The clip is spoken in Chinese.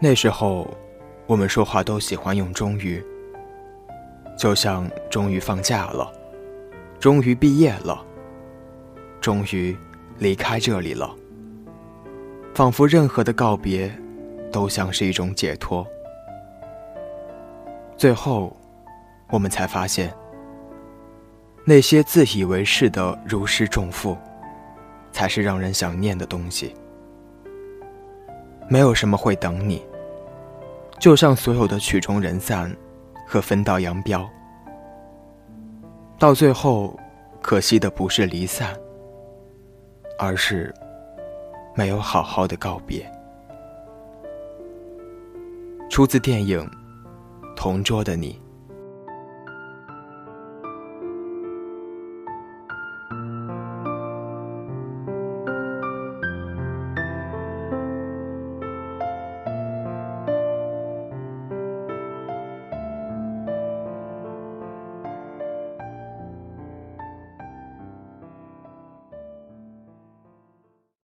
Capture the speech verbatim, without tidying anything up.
那时候我们说话都喜欢用终于，就像终于放假了，终于毕业了，终于离开这里了，仿佛任何的告别都像是一种解脱。最后我们才发现，那些自以为是的如释重负才是让人想念的东西。没有什么会等你，就像所有的曲终人散和分道扬镳，到最后可惜的不是离散，而是没有好好的告别。出自电影《同桌的你》。